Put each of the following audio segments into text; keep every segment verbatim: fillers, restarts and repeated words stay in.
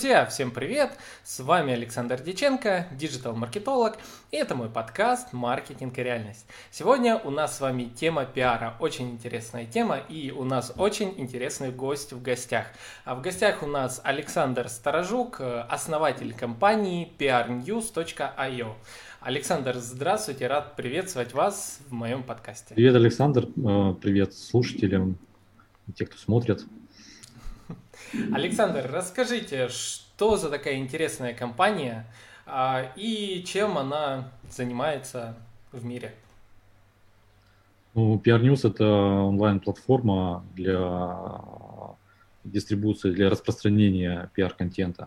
Друзья, всем привет! С вами Александр Дьяченко, диджитал-маркетолог, и это мой подкаст «Маркетинг и реальность». Сегодня у нас с вами тема пиара, очень интересная тема, и у нас очень интересный гость в гостях. А в гостях у нас Александр Сторожук, основатель компании пи ар ньюс точка ай о. Александр, здравствуйте, рад приветствовать вас в моем подкасте. Привет, Александр, привет слушателям, те, кто смотрит. Александр, расскажите, что за такая интересная компания а, и чем она занимается в мире? Ну, пи ар ньюс это онлайн-платформа для дистрибуции, для распространения пиар-контента.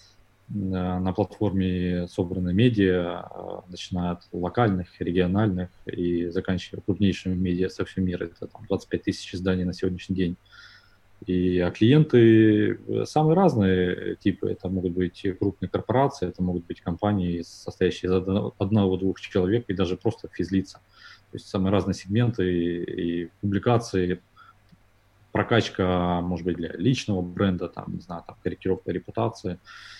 На платформе собраны медиа, начиная от локальных, региональных и заканчивая крупнейшими медиа со всего мира. Это там, двадцать пять тысяч изданий на сегодняшний день. И а клиенты самые разные типы. Это могут быть крупные корпорации, это могут быть компании, состоящие из одного-двух человек, и даже просто физлица. То есть самые разные сегменты и, и публикации, прокачка, может быть, для личного бренда, там, не знаю, там, корректировка репутации,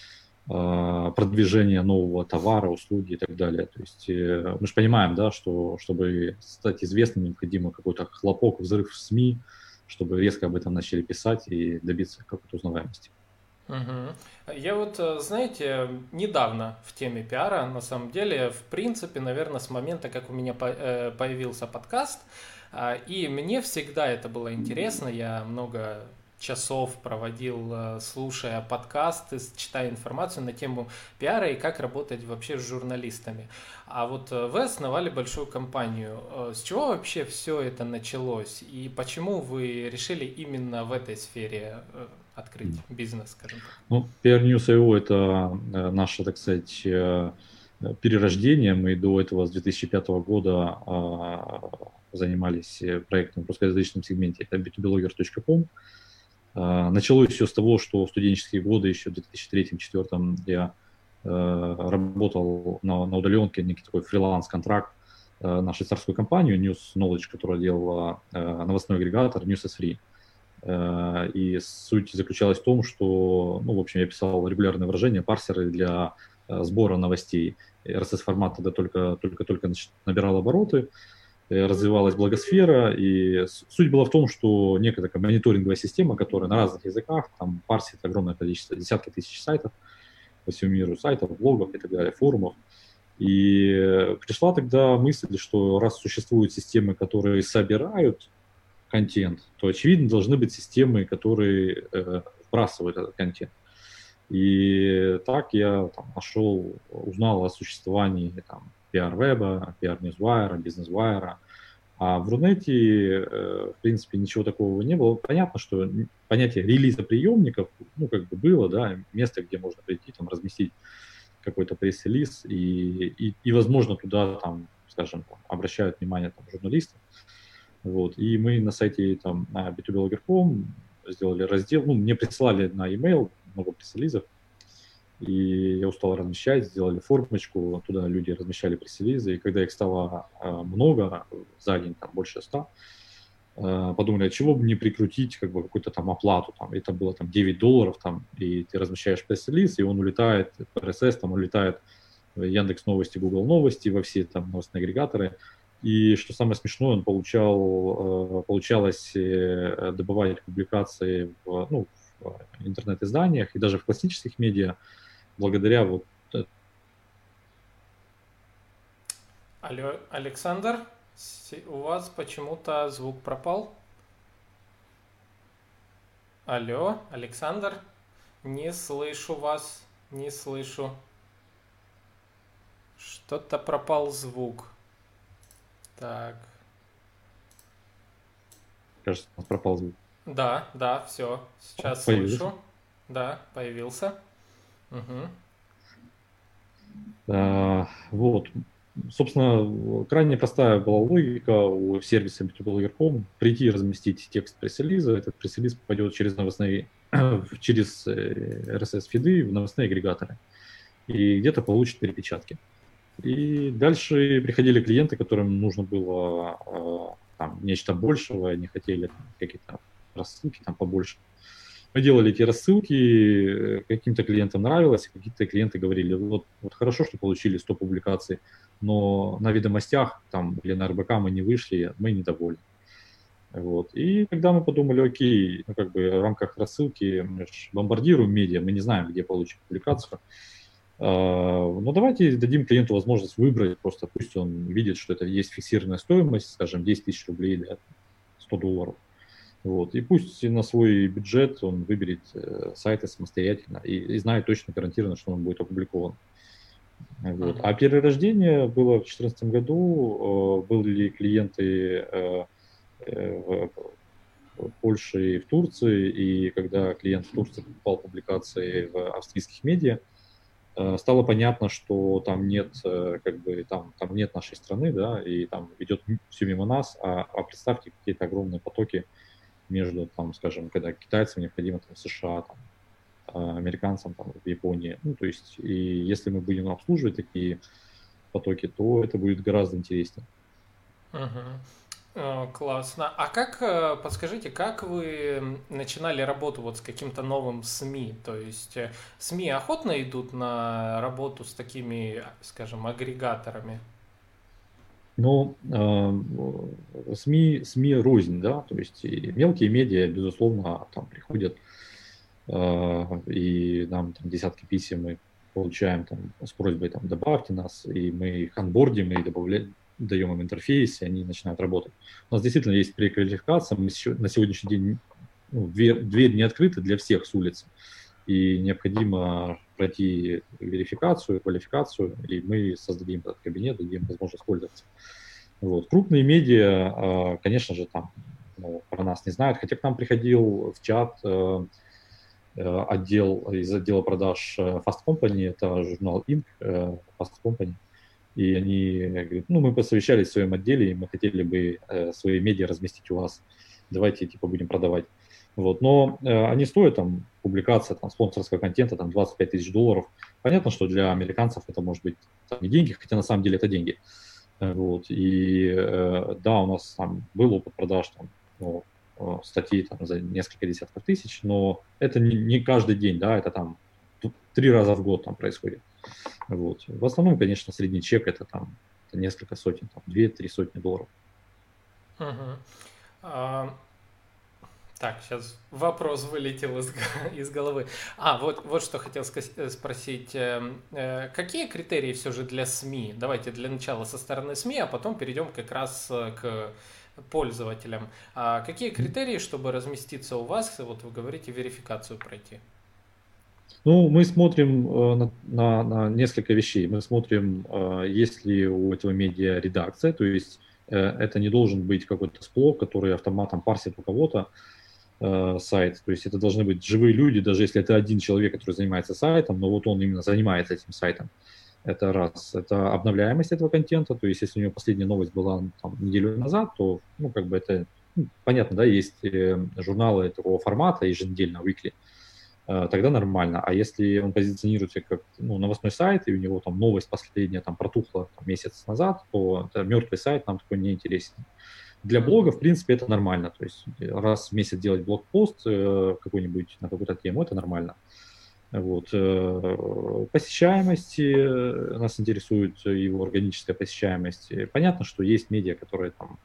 продвижение нового товара, услуги и так далее. То есть мы же понимаем, да, что чтобы стать известным, необходимо какой-то хлопок, взрыв в СМИ, чтобы резко об этом начали писать и добиться какой-то узнаваемости. Угу. Я вот, знаете, недавно в теме пиара, на самом деле, в принципе, наверное, с момента, как у меня появился подкаст, и мне всегда это было интересно, я много часов проводил, слушая подкасты, читая информацию на тему пиара и как работать вообще с журналистами. А вот вы основали большую компанию. С чего вообще все это началось? И почему вы решили именно в этой сфере открыть бизнес, скажем так? Ну, пи ар ньюс точка ай о это наше, так сказать, перерождение. Мы до этого с две тысячи пятого года занимались проектом в русскоязычном сегменте. Это би ту би блогер точка ком. Началось все с того, что в студенческие годы, еще в две тысячи третьем-две тысячи четвёртом, я э, работал на, на удаленке, некий такой фриланс-контракт э, на швейцарскую компанию News Knowledge, которая делала э, новостной агрегатор News эс Free. Э, и суть заключалась в том, что, ну, в общем, я писал регулярные выражения, парсеры для э, сбора новостей. эр эс эс-формат тогда только, только-только набирал обороты. Развивалась блогосфера, и суть была в том, что некая такая мониторинговая система, которая на разных языках, там парсит огромное количество, десятки тысяч сайтов по всему миру, сайтов, блогов и так далее, форумов. И пришла тогда мысль, что раз существуют системы, которые собирают контент, то, очевидно, должны быть системы, которые э, вбрасывают этот контент. И так я там, нашел, узнал о существовании там, пи ар-веба, пи ар ньюсвайра, бизнесвайра. А в Рунете, э, в принципе, ничего такого не было. Понятно, что понятие релиза приемников, ну, как бы было, да, место, где можно прийти, там, разместить какой-то пресс-релиз, и, и, и, возможно, туда, там, скажем, там, обращают внимание там, журналисты. Вот. И мы на сайте там, на би ту би блогер точка ком сделали раздел, ну, мне присылали на e-mail много пресс-релизов, и я устал размещать, сделали формочку, туда люди размещали пресс-релизы, и когда их стало э, много, за день там больше ста, э, подумали, а чего бы не прикрутить как бы какую-то там оплату, там, это было там девять долларов, там, и ты размещаешь пресс-релиз, и он улетает, эр эс эс, там, улетает в Яндекс Новости, Google Новости, во все там новостные агрегаторы. И что самое смешное, он получал, получалось добывать публикации в, ну, в интернет-изданиях и даже в классических медиа благодаря вот... Алло, Александр, у вас почему-то звук пропал? Алло, Александр, не слышу вас, не слышу. Что-то пропал звук. Так. Кажется, у нас пропал звук. Да, да, все. Сейчас появился. слышу. Да, появился. Угу. А, вот. Собственно, крайне простая была логика у сервиса би ту би блогер точка ком. Прийти и разместить текст пресс-релиза. Этот пресс-релиз попадет через новостные, через эр эс эс-фиды в новостные агрегаторы. И где-то получит перепечатки. И дальше приходили клиенты, которым нужно было там, нечто большего, они хотели там, какие-то рассылки там побольше. мы делали эти рассылки, каким-то клиентам нравилось, какие-то клиенты говорили, вот, вот хорошо, что получили сто публикаций, но на ведомостях там, или на эр бэ ка мы не вышли, мы недовольны. Вот. И когда мы подумали, окей, ну, как бы в рамках рассылки мы ж бомбардируем медиа, мы не знаем, где получить публикацию, но давайте дадим клиенту возможность выбрать, просто пусть он видит, что это есть фиксированная стоимость, скажем, десять тысяч рублей или сто долларов. Вот. И пусть на свой бюджет он выберет э, сайты самостоятельно и, и знает точно, гарантированно, что он будет опубликован. Вот. А перерождение было в две тысячи четырнадцатом году. Э, были клиенты э, э, в Польше и в Турции, и когда клиент в Турции покупал публикации в австрийских медиа, э, стало понятно, что там нет, э, как бы, там, там нет нашей страны, да, и там идет все мимо нас, а, а представьте какие-то огромные потоки между, там, скажем, когда китайцам необходимо там, в США, там, американцам там, в Японии. Ну, то есть, и если мы будем обслуживать такие потоки, то это будет гораздо интереснее. Угу. Классно. А как, подскажите, как вы начинали работу вот с каким-то новым СМИ? То есть СМИ охотно идут на работу с такими, скажем, агрегаторами? Ну, э, СМИ, СМИ рознь, да, то есть и мелкие медиа, безусловно, там приходят, э, и нам там десятки писем мы получаем там с просьбой там добавьте нас, и мы их анбордим и добавляем, даем им интерфейс, и они начинают работать. У нас действительно есть преквалификация, мы на сегодняшний день, ну, дверь, дверь не открыта для всех с улицы, и необходимо пройти верификацию, квалификацию, и мы создадим этот кабинет, дадим возможность пользоваться. Вот. Крупные медиа, конечно же, там ну, про нас не знают, хотя к нам приходил в чат отдел из отдела продаж Fast Company, это журнал Inc, Fast Company, и они говорят, ну, мы посовещались в своем отделе, и мы хотели бы свои медиа разместить у вас, давайте, типа, будем продавать. Вот. Но э, они стоят, там, публикация там, спонсорского контента, там, двадцать пять тысяч долларов. Понятно, что для американцев это может быть там, не деньги, хотя на самом деле это деньги. Вот. И э, да, у нас там был опыт продаж там, ну, статей там, за несколько десятков тысяч, но это не, не каждый день, да, это там три раза в год там происходит. Вот. В основном, конечно, средний чек это там это несколько сотен, там, две-три сотни долларов. Uh-huh. Uh... Так, сейчас вопрос вылетел из, из головы. А, вот, вот что хотел спросить. Какие критерии все же для СМИ? Давайте для начала со стороны СМИ, а потом перейдем как раз к пользователям. А какие критерии, чтобы разместиться у вас, вот вы говорите, верификацию пройти? Ну, мы смотрим э, на, на, на несколько вещей. Мы смотрим, э, есть ли у этого медиа редакция, то есть э, это не должен быть какой-то сплок, который автоматом парсит у кого-то э, сайт. То есть это должны быть живые люди, даже если это один человек, который занимается сайтом, но вот он именно занимается этим сайтом. Это раз. Это обновляемость этого контента, то есть если у него последняя новость была там, неделю назад, то, ну, как бы это, ну, понятно, да, есть э, журналы такого формата еженедельно, weekly, тогда нормально. А если он позиционируется как ну, новостной сайт, и у него там новость последняя там протухла там, месяц назад, то это мертвый сайт, нам такой не интересен. Для блога, в принципе, это нормально. То есть раз в месяц делать блогпост э, какой-нибудь на какую-то тему, это нормально. Вот. Э, посещаемость, э, нас интересует его органическая посещаемость. Понятно, что есть медиа, которые там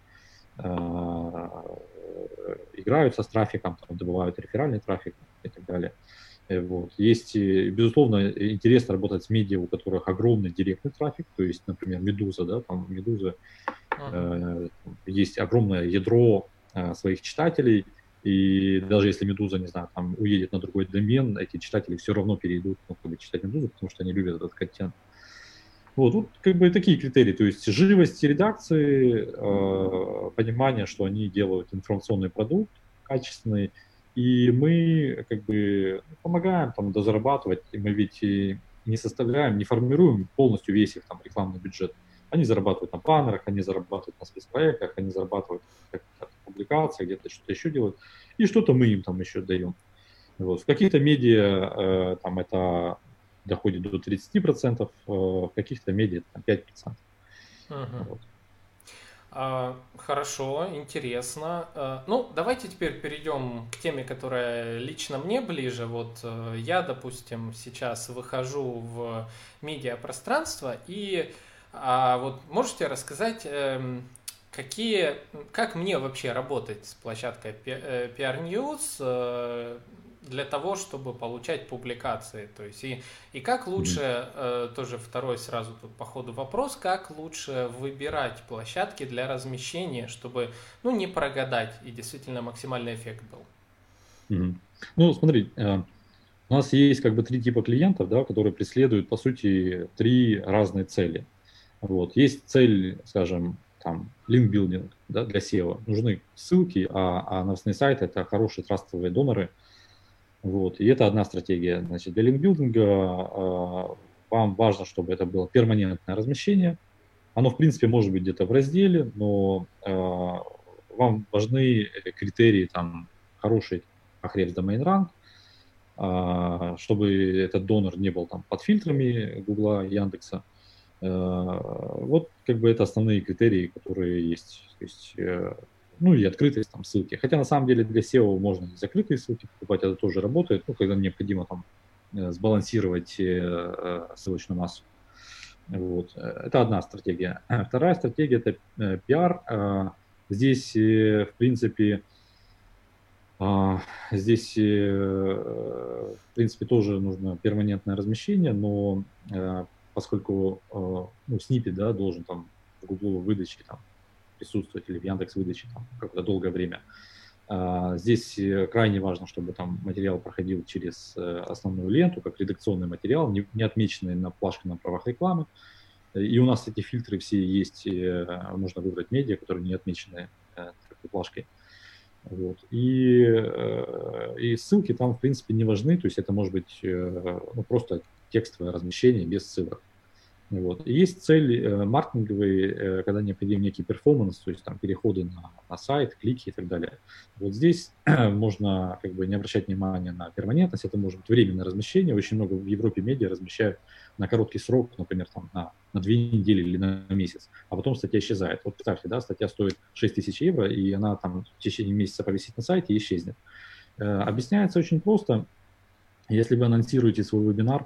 э, играются с трафиком, там, добывают реферальный трафик и так далее. Вот. Есть, безусловно, интересно работать с медиа, у которых огромный директный трафик, то есть, например, Медуза, да, там Медуза, uh-huh. э, есть огромное ядро э, своих читателей, и даже если Медуза, не знаю, там уедет на другой домен, эти читатели все равно перейдут, ну, как бы, читать Медузу, потому что они любят этот контент. Вот, тут как бы такие критерии, то есть живость редакции, э, понимание, что они делают информационный продукт качественный, и мы как бы помогаем там дозарабатывать, и мы ведь и не составляем, не формируем полностью весь их там рекламный бюджет. Они зарабатывают на баннерах, они зарабатывают на спецпроектах, они зарабатывают в публикациях, где-то что-то еще делают, и что-то мы им там еще даем. Вот. В каких-то медиа э, там это доходит до тридцати процентов, в каких-то медиа там, пять процентов. Uh-huh. Вот. А, Хорошо, интересно. А, Ну, давайте теперь перейдем к теме, которая лично мне ближе. Вот э, я, допустим, сейчас выхожу в медиапространство, и а, вот можете рассказать, эм, какие, как мне вообще работать с площадкой Пи- э, пи ар News э, для того, чтобы получать публикации? То есть и и как Мгм. лучше, э, тоже второй сразу тут по ходу вопрос, как лучше выбирать площадки для размещения, чтобы, ну, не прогадать и действительно максимальный эффект был? Мгм. Ну, смотри, э, у нас есть как бы три типа клиентов, да, которые преследуют, по сути, три разные цели. Вот. Есть цель, скажем, там, линкбилдинг, да, для сео. Нужны ссылки, а, а новостные сайты– это хорошие трастовые доноры. Вот. И это одна стратегия. Значит, для линкбилдинга э, вам важно, чтобы это было перманентное размещение. Оно, в принципе, может быть где-то в разделе, но э, вам важны э, критерии, там, хороший Ahrefs domain rank, а, чтобы этот донор не был там под фильтрами Гугла, Яндекса. Э, Вот как бы это основные критерии, которые есть. То есть, э, ну и открытость там ссылки. Хотя на самом деле для сео можно и закрытые ссылки покупать, это тоже работает, ну, когда необходимо там э, сбалансировать э, э, ссылочную массу. Вот. Э, Это одна стратегия. Вторая стратегия– это э, пиар. Э, Здесь, э, в принципе, а, здесь, э, в принципе, тоже нужно перманентное размещение, но э, поскольку э, ну, сниппет, да, должен там в гугловой выдаче там, присутствовать или в Яндекс выдаче там какое-то долгое время, а, здесь э, крайне важно, чтобы там материал проходил через э, основную ленту, как редакционный материал, не, не отмеченный на плашке на правах рекламы. И у нас эти фильтры все есть, э, можно выбрать медиа, которые не отмечены э, такой плашкой. Вот. И, э, и ссылки там, в принципе, не важны, то есть это может быть э, ну, просто текстовое размещение без ссылок. Вот. И есть цель э, маркетинговые, э, когда необходим некий перформанс, то есть там переходы на, на сайт, клики и так далее. Вот здесь можно как бы не обращать внимания на перманентность, это может быть временное размещение. Очень много в Европе медиа размещают на короткий срок, например, там, на, на две недели или на месяц, а потом статья исчезает. Вот представьте, да, статья стоит шесть тысяч евро, и она там в течение месяца повисит на сайте и исчезнет. Э, объясняется очень просто. Если вы анонсируете свой вебинар,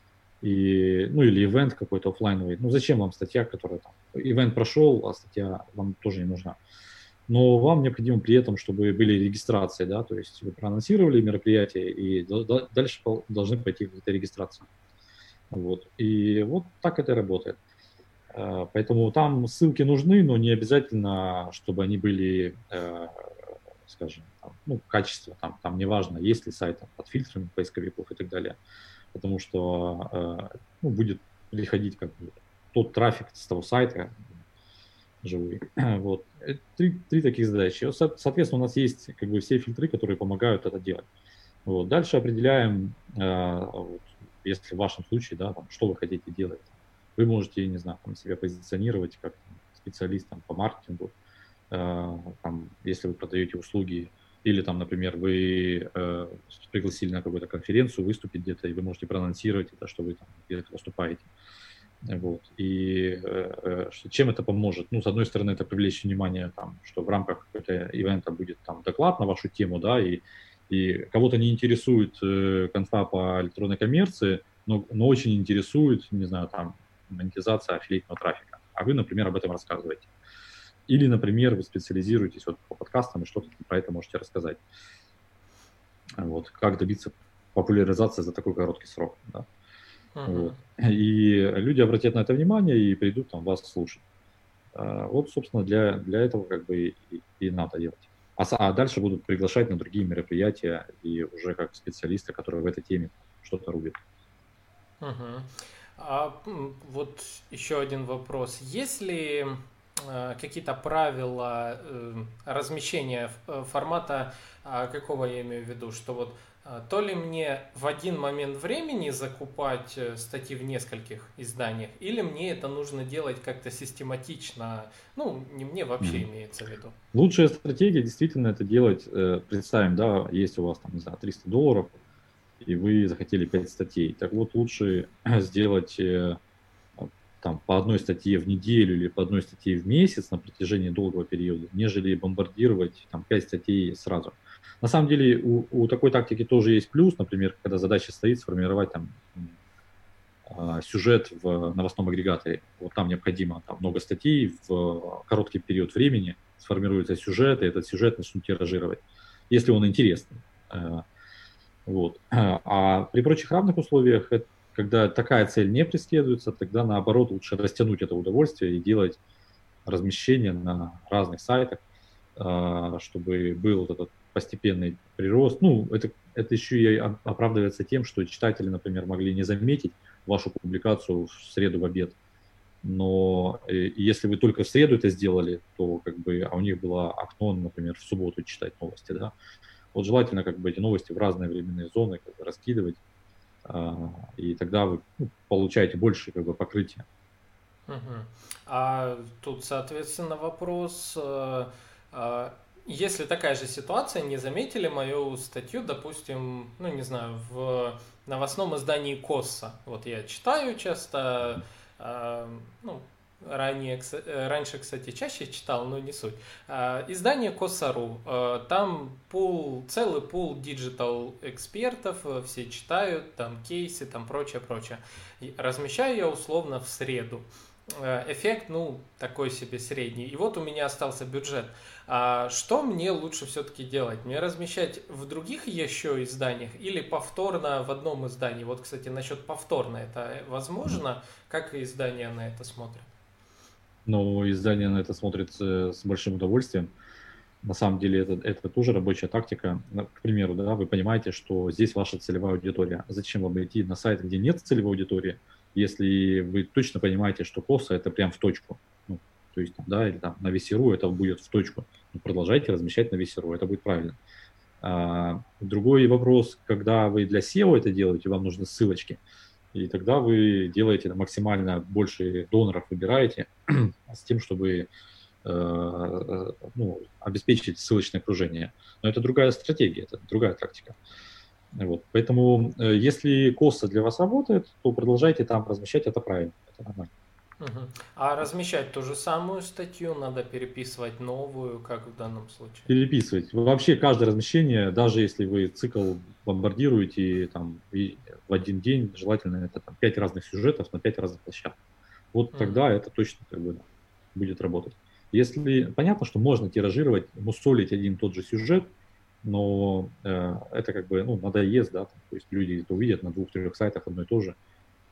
и, ну или ивент какой-то офлайновый. Ну зачем вам статья, которая там, ивент прошел, а статья вам тоже не нужна. Но вам необходимо при этом, чтобы были регистрации, да, то есть вы проанонсировали мероприятие, и дальше должны пойти какие-то регистрации. Вот. И вот так это и работает. Э, Поэтому там ссылки нужны, но не обязательно, чтобы они были, э, скажем, там, ну, качество, там, там неважно, есть ли сайт там, под фильтрами поисковиков и так далее, потому что э, ну, будет приходить как бы тот трафик с того сайта живой. Вот. Э, Три, три таких задачи. Со- Соответственно, у нас есть как бы все фильтры, которые помогают это делать. Вот. Дальше определяем, э, вот, если в вашем случае, да, там, что вы хотите делать. Вы можете, не знаю, там, себя позиционировать как там, специалист там, по маркетингу, э, там, если вы продаете услуги, или там, например, вы э, пригласили на какую-то конференцию выступить где-то, и вы можете проанонсировать это, что вы там где-то выступаете. Вот. И э, э, что- чем это поможет? Ну, с одной стороны, это привлечь внимание, там, что в рамках какого-то ивента будет там доклад на вашу тему, да, и, и кого-то не интересует э, конфа по электронной коммерции, но, но очень интересует, не знаю, там, монетизация аффилиатного трафика. А вы, например, об этом рассказываете. Или, например, вы специализируетесь вот по подкастам и что-то про это можете рассказать. Вот. Как добиться популяризации за такой короткий срок. Да? Мгм. Вот. И люди обратят на это внимание и придут там вас слушать. А, Вот, собственно, для, для этого как бы и, и надо делать. А, с- а дальше будут приглашать на другие мероприятия и уже как специалисты, которые в этой теме что-то рубят. Мгм. А м, вот еще один вопрос. Есть ли э, какие-то правила э, размещения ф- э, формата, а, какого я имею в виду, что вот а, то ли мне в один момент времени закупать э, статьи в нескольких изданиях, или мне это нужно делать как-то систематично, ну, не мне вообще Мгм. имеется в виду. Лучшая стратегия действительно это делать. э, Представим, да, есть у вас там, не знаю, триста долларов, и вы захотели пять статей. Так вот, лучше сделать э, там, по одной статье в неделю или по одной статье в месяц на протяжении долгого периода, нежели бомбардировать там, пять статей сразу. На самом деле у, у такой тактики тоже есть плюс, например, когда задача стоит сформировать там, сюжет в новостном агрегаторе. Вот там необходимо там, много статей в короткий период времени, сформируется сюжет, и этот сюжет начнут тиражировать, если он интересный. Вот. А при прочих равных условиях, когда такая цель не преследуется, тогда наоборот лучше растянуть это удовольствие и делать размещение на разных сайтах, чтобы был вот этот постепенный прирост. Ну, это, это еще и оправдывается тем, что читатели, например, могли не заметить вашу публикацию в среду в обед. Но если вы только в среду это сделали, то как бы, а у них было окно, например, в субботу читать новости, да, вот желательно как бы эти новости в разные временные зоны как бы, раскидывать, и тогда вы ну, получаете больше как бы, покрытия. Угу. А тут, соответственно, вопрос, если такая же ситуация, не заметили мою статью, допустим, ну не знаю, в новостном издании Косса, вот я читаю часто, ну, Ранее, раньше, кстати, чаще читал, но не суть. Издание Коса.ру. Там пул, целый пул диджитал экспертов, все читают, там кейсы, там прочее, прочее. Размещаю я условно в среду. Эффект, ну, такой себе средний. И вот у меня остался бюджет. А что мне лучше все-таки делать? Мне размещать в других еще изданиях или повторно в одном издании? Вот, кстати, насчет повторно это возможно? Как издания на это смотрят? Но издание на это смотрит с большим удовольствием. На самом деле это, это тоже рабочая тактика. К примеру, да, вы понимаете, что здесь ваша целевая аудитория. Зачем вам идти на сайт, где нет целевой аудитории, если вы точно понимаете, что Коса это прям в точку. Ну, то есть, да, или там на Весеру это будет в точку. Ну, продолжайте размещать на Весеру, это будет правильно. А, другой вопрос, когда вы для сео это делаете, вам нужны ссылочки. И тогда вы делаете максимально больше доноров, выбираете с тем, чтобы э, ну, обеспечить ссылочное окружение. Но это другая стратегия, это другая тактика. Вот. Поэтому э, если Коса для вас работает, то продолжайте там размещать, это правильно, это нормально. Угу. А размещать ту же самую статью, надо переписывать новую, как в данном случае? Переписывать. Вообще каждое размещение, даже если вы цикл бомбардируете там, и в один день, желательно это там, пять разных сюжетов на пять разных площадок. Вот угу. Тогда это точно как бы, будет работать. Если понятно, что можно тиражировать, мусолить один и тот же сюжет, но э, это как бы ну, надоест, да, там, то есть люди это увидят на двух-трех сайтах одно и то же,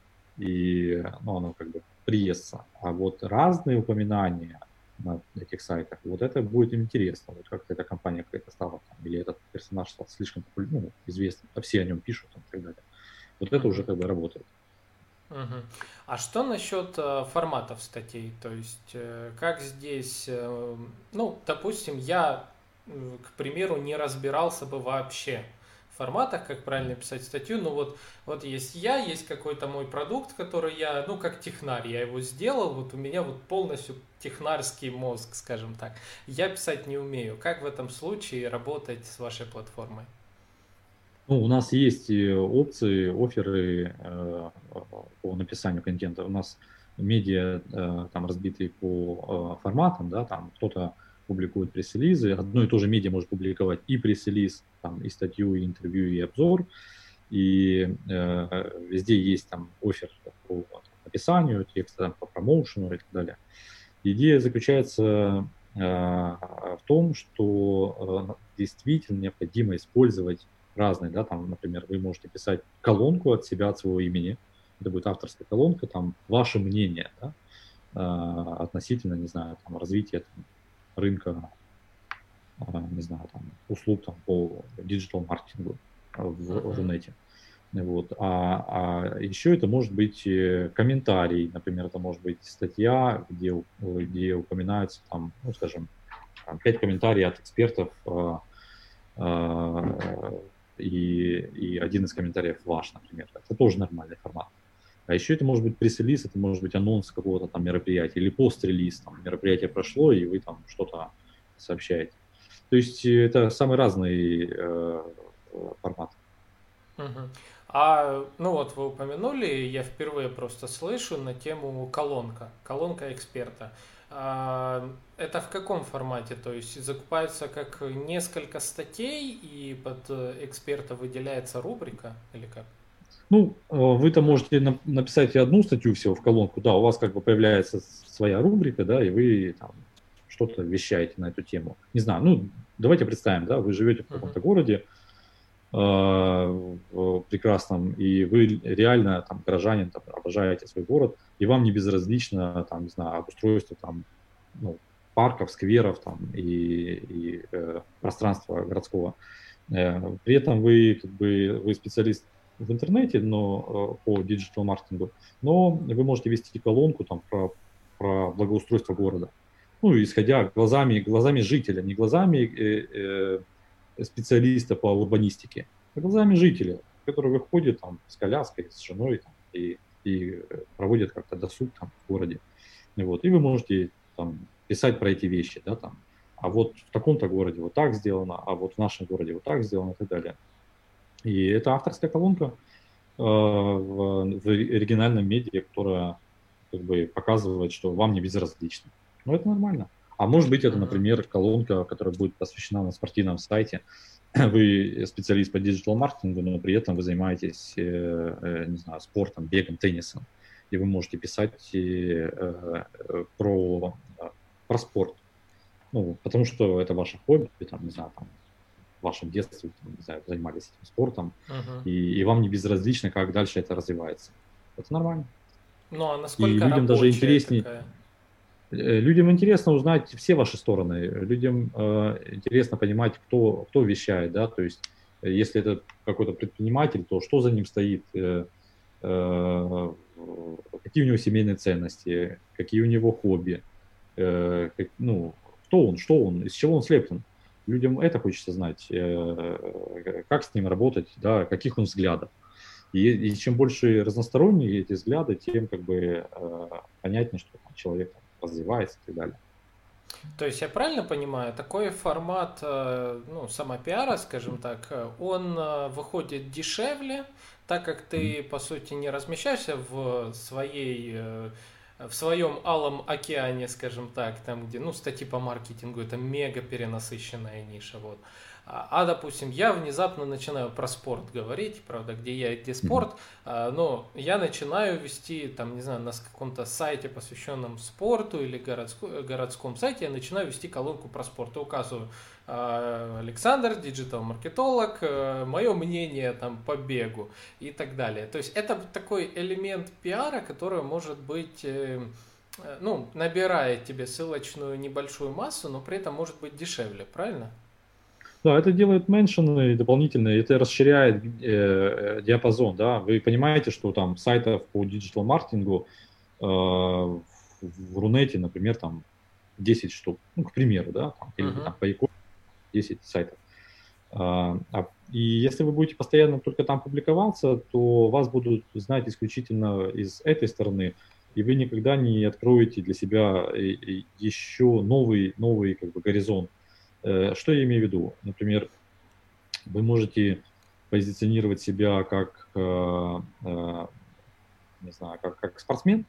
и ну, оно как бы приестся. А вот разные упоминания на этих сайтах, вот это будет им интересно, вот как эта компания какая-то стала, там, или этот персонаж стал слишком популярным, ну, известным, а все о нем пишут там, и так далее. Вот это уже как бы работает. Угу. А что насчет э, форматов статей? То есть, э, как здесь, э, ну, допустим, я, э, к примеру, не разбирался бы вообще в форматах, как правильно писать статью, но вот, вот есть я, есть какой-то мой продукт, который я, ну, как технарь, я его сделал, вот у меня вот полностью технарский мозг, скажем так. Я писать не умею. Как в этом случае работать с вашей платформой? Ну, у нас есть опции, офферы э, по написанию контента. У нас медиа э, там разбиты по э, форматам, да, там кто-то публикует пресс-релизы, одно и то же медиа может публиковать и пресс-релиз, там, и статью, и интервью, и обзор, и э, везде есть там оффер по там, написанию текста, там, по промоушену и так далее. Идея заключается э, в том, что э, действительно необходимо использовать разные, да, там, например, вы можете писать колонку от себя, от своего имени, это будет авторская колонка, там, ваше мнение, да, э, относительно, не знаю, там, развития там, рынка, э, не знаю, там, услуг там, по диджитал-маркетингу в uh-huh. Рунете. Вот. А, а еще это может быть комментарий, например, это может быть статья, где, где упоминаются, там, ну, скажем, пять комментариев от экспертов, э, э, И, и один из комментариев ваш, например. Это тоже нормальный формат. А еще это может быть пресс-релиз, это может быть анонс какого-то там мероприятия или пост-релиз. Там, мероприятие прошло, и вы там что-то сообщаете. То есть это самый разный э, формат. Угу. А, ну вот вы упомянули, я впервые просто слышу на тему колонка, колонка эксперта. А, это в каком формате? То есть закупается как несколько статей и под э, эксперта выделяется рубрика или как? Ну, э, вы-то можете на- написать и одну статью всего в колонку, да, у вас как бы появляется своя рубрика, да, и вы там что-то вещаете на эту тему. Не знаю, ну, давайте представим, да, вы живете в Мгм. каком-то городе, э, в прекрасном, и вы реально там горожанин, там, обожаете свой город, и вам не безразлично, там, не знаю, обустройство там, ну, парков, скверов там и, и э, пространства городского. Э, При этом вы как бы вы специалист в интернете, но э, по диджитал-маркетингу, но вы можете вести колонку там про, про благоустройство города. Ну, исходя глазами, глазами жителя, не глазами э, э, специалиста по урбанистике, а глазами жителя, который выходит там с коляской, с женой там, и, и э, проводит как-то досуг там в городе. И вот, и вы можете там писать про эти вещи, да, там, а вот в таком-то городе вот так сделано, а вот в нашем городе вот так сделано и так далее. И это авторская колонка э, в, в оригинальном медиа, которая как бы показывает, что вам не безразлично. Ну, это нормально. А может быть, это, Мгм. например, колонка, которая будет посвящена на спортивном сайте. Вы специалист по диджитал-маркетингу, но при этом вы занимаетесь, э, э, не знаю, спортом, бегом, теннисом. И вы можете писать э, э, про, э, про спорт. Ну, потому что это ваше хобби, там, не знаю, там, в вашем детстве, там, не знаю, занимались этим спортом, Мгм. и, и вам не безразлично, как дальше это развивается. Это нормально. Ну а И насколько людям даже рабочая интереснее, такая? э, людям интересно узнать все ваши стороны, людям э, интересно понимать, кто, кто вещает, да, то есть э, если это какой-то предприниматель, то что за ним стоит, э, э, какие у него семейные ценности, какие у него хобби, э, как- ну, кто он, что он, из чего он слеплен. Людям это хочется знать, э, как с ним работать, да, каких он взглядов. И, и чем больше разносторонние эти взгляды, тем как бы э, понятнее, что там человек там развивается и так далее. То есть я правильно понимаю, такой формат, э, ну, самопиара, скажем так, э, он э, выходит дешевле, так как Мгм. ты, по сути, не размещаешься в своей, э, в своем алом океане, скажем так, там, где, ну, статьи по маркетингу, это мега перенасыщенная ниша, вот. А, а, допустим, я внезапно начинаю про спорт говорить, правда, где я, где Мгм. спорт, а, но я начинаю вести, там, не знаю, на каком-то сайте, посвященном спорту или городско- городском сайте, я начинаю вести колонку про спорт и указываю: а, Александр, диджитал-маркетолог, э, мое мнение там по бегу и так далее. То есть это такой элемент пиара, который может быть, э, э, ну, набирает тебе ссылочную небольшую массу, но при этом может быть дешевле, правильно? Да, это делает меншины дополнительные, это расширяет э, диапазон, да. Вы понимаете, что там сайтов по диджитал-маркетингу э, в, в Рунете, например, там десять штук, ну, к примеру, да, там, или Угу. там по e десять сайтов. А, а, И если вы будете постоянно только там публиковаться, то вас будут знать исключительно из этой стороны, и вы никогда не откроете для себя э, э, еще новый, новый как бы, горизонт. Э, Что я имею в виду? Например, вы можете позиционировать себя как, э, э, не знаю, как, как спортсмен,